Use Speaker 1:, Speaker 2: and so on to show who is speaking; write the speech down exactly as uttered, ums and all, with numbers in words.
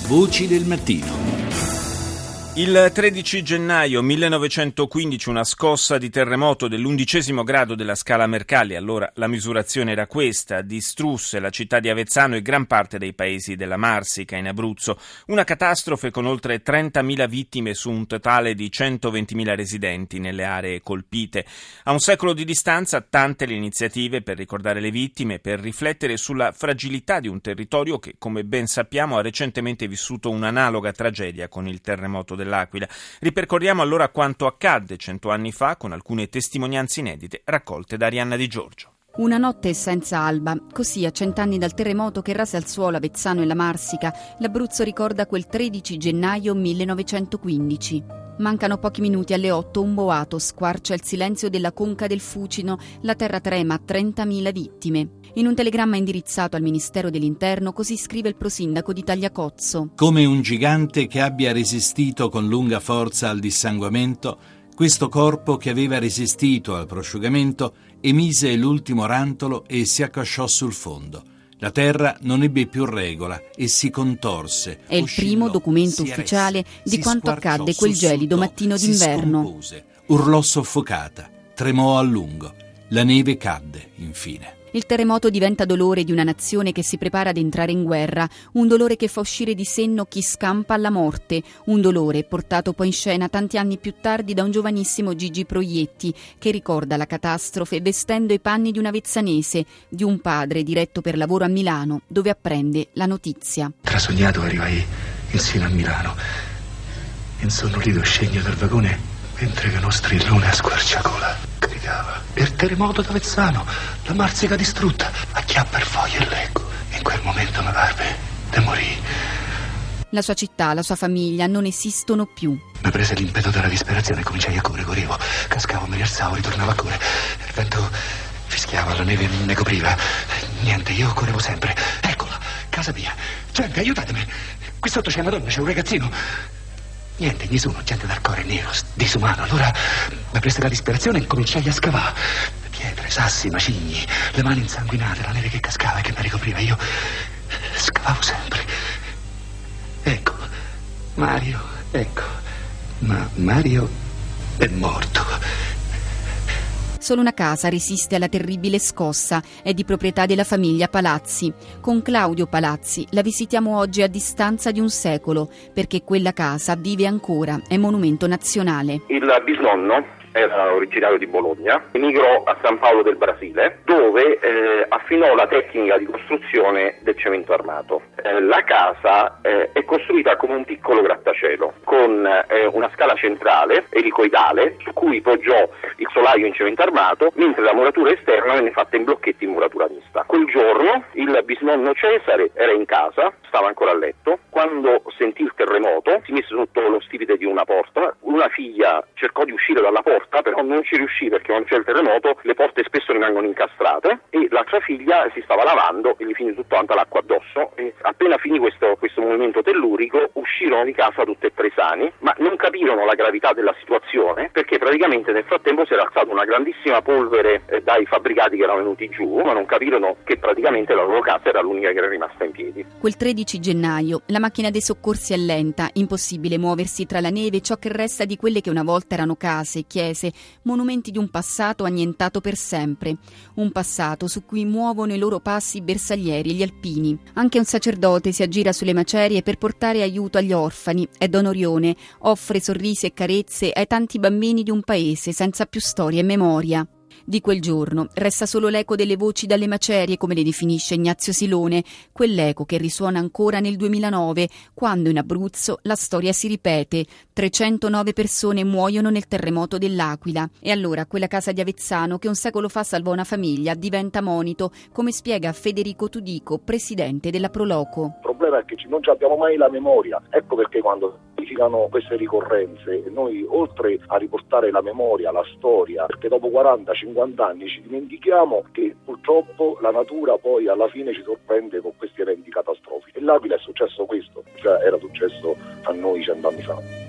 Speaker 1: Voci del mattino.
Speaker 2: Il tredici gennaio millenovecentoquindici una scossa di terremoto dell'undicesimo grado della scala Mercalli, allora la misurazione era questa, distrusse la città di Avezzano e gran parte dei paesi della Marsica in Abruzzo. Una catastrofe con oltre trentamila vittime su un totale di centoventimila residenti nelle aree colpite. A un secolo di distanza tante le iniziative per ricordare le vittime, per riflettere sulla fragilità di un territorio che, come ben sappiamo, ha recentemente vissuto un'analoga tragedia con il terremoto dell'Aquila. Ripercorriamo allora quanto accadde cento anni fa con alcune testimonianze inedite raccolte da Arianna Di Giorgio.
Speaker 3: Una notte senza alba, così a cent'anni dal terremoto che rase al suolo Avezzano e la Marsica, l'Abruzzo ricorda quel tredici gennaio millenovecentoquindici. Mancano pochi minuti alle otto, un boato squarcia il silenzio della conca del Fucino, la terra trema, trentamila vittime. In un telegramma indirizzato al Ministero dell'Interno, così scrive il prosindaco di Tagliacozzo.
Speaker 1: Come un gigante che abbia resistito con lunga forza al dissanguamento, questo corpo che aveva resistito al prosciugamento emise l'ultimo rantolo e si accasciò sul fondo. La terra non ebbe più regola e si contorse.
Speaker 3: È il
Speaker 1: oscillò,
Speaker 3: primo documento ufficiale
Speaker 1: arresse,
Speaker 3: di quanto accadde quel gelido mattino
Speaker 1: si
Speaker 3: d'inverno.
Speaker 1: Scompose, urlò soffocata, tremò a lungo. La neve cadde, infine.
Speaker 3: Il terremoto diventa dolore di una nazione che si prepara ad entrare in guerra, un dolore che fa uscire di senno chi scampa alla morte, un dolore portato poi in scena tanti anni più tardi da un giovanissimo Gigi Proietti che ricorda la catastrofe vestendo i panni di un avezzanese, di un padre diretto per lavoro a Milano, dove apprende la notizia.
Speaker 4: Trasognato arrivai insino a Milano, insonnolito scegno dal vagone mentre che uno strillone a squarciagola gridava: il terremoto d'Avezzano, la Marsica distrutta, acchiappa il foglio e leggo. In quel momento mi parve de morì.
Speaker 3: La sua città, la sua famiglia non esistono più.
Speaker 4: Mi prese l'impeto della disperazione e cominciai a correre, correvo, cascavo, mi rialzavo, ritornavo a correre. Il vento fischiava, la neve mi copriva. Niente, io correvo sempre. Eccola, casa mia. Gente, aiutatemi. Qui sotto c'è una donna, c'è un ragazzino. Niente, nessuno, gente dal cuore nero, disumano. Allora mi prese la disperazione e cominciai a scavare. Pietre, sassi, macigni, le mani insanguinate, la neve che cascava e che mi ricopriva. Io scavavo sempre. Ecco, Mario, ecco. Ma Mario è morto.
Speaker 3: Solo una casa resiste alla terribile scossa, è di proprietà della famiglia Palazzi. Con Claudio Palazzi la visitiamo oggi a distanza di un secolo, perché quella casa vive ancora, è monumento nazionale.
Speaker 5: Il bisnonno era originario di Bologna, emigrò a San Paolo del Brasile, dove eh, affinò la tecnica di costruzione del cemento armato. Eh, la casa eh, è costruita come un piccolo grattacielo, con eh, una scala centrale elicoidale su cui poggiò il solaio in cemento armato, mentre la muratura esterna venne fatta in blocchetti in muratura mista. Quel giorno il bisnonno Cesare era in casa, stava ancora a letto, quando sentì il terremoto, si mise sotto lo stipite di una porta, una figlia cercò di uscire dalla porta, però non ci riuscì perché quando c'è il terremoto le porte spesso rimangono incastrate, e l'altra figlia si stava lavando e gli finì tutta quanta l'acqua addosso, e appena finì questo, questo movimento tellurico uscirono di casa tutte e tre sani, ma non capirono la gravità della situazione perché praticamente nel frattempo si era alzata una grandissima polvere eh, dai fabbricati che erano venuti giù, ma non capirono che praticamente la loro casa era l'unica che era rimasta in piedi.
Speaker 3: Quel tredici gennaio la macchina dei soccorsi è lenta, impossibile muoversi tra la neve e ciò che resta di quelle che una volta erano case, chiese, monumenti di un passato annientato per sempre, un passato su cui muovono i loro passi i bersaglieri e gli alpini. Anche un sacerdote si aggira sulle macerie per portare aiuto agli orfani, è Don Orione, offre sorrisi e carezze ai tanti bambini di un paese senza più storia e memoria. Di quel giorno resta solo l'eco delle voci dalle macerie, come le definisce Ignazio Silone, quell'eco che risuona ancora nel duemilanove, quando in Abruzzo la storia si ripete. trecentonove persone muoiono nel terremoto dell'Aquila. E allora quella casa di Avezzano, che un secolo fa salvò una famiglia, diventa monito, come spiega Federico Tudico, presidente della Proloco.
Speaker 6: Il problema è che non abbiamo mai la memoria, ecco perché quando verificano queste ricorrenze noi, oltre a riportare la memoria, la storia, perché dopo quaranta cinquanta anni ci dimentichiamo che purtroppo la natura poi alla fine ci sorprende con questi eventi catastrofici. E l'Aquila è successo questo, cioè era successo a noi cent'anni fa.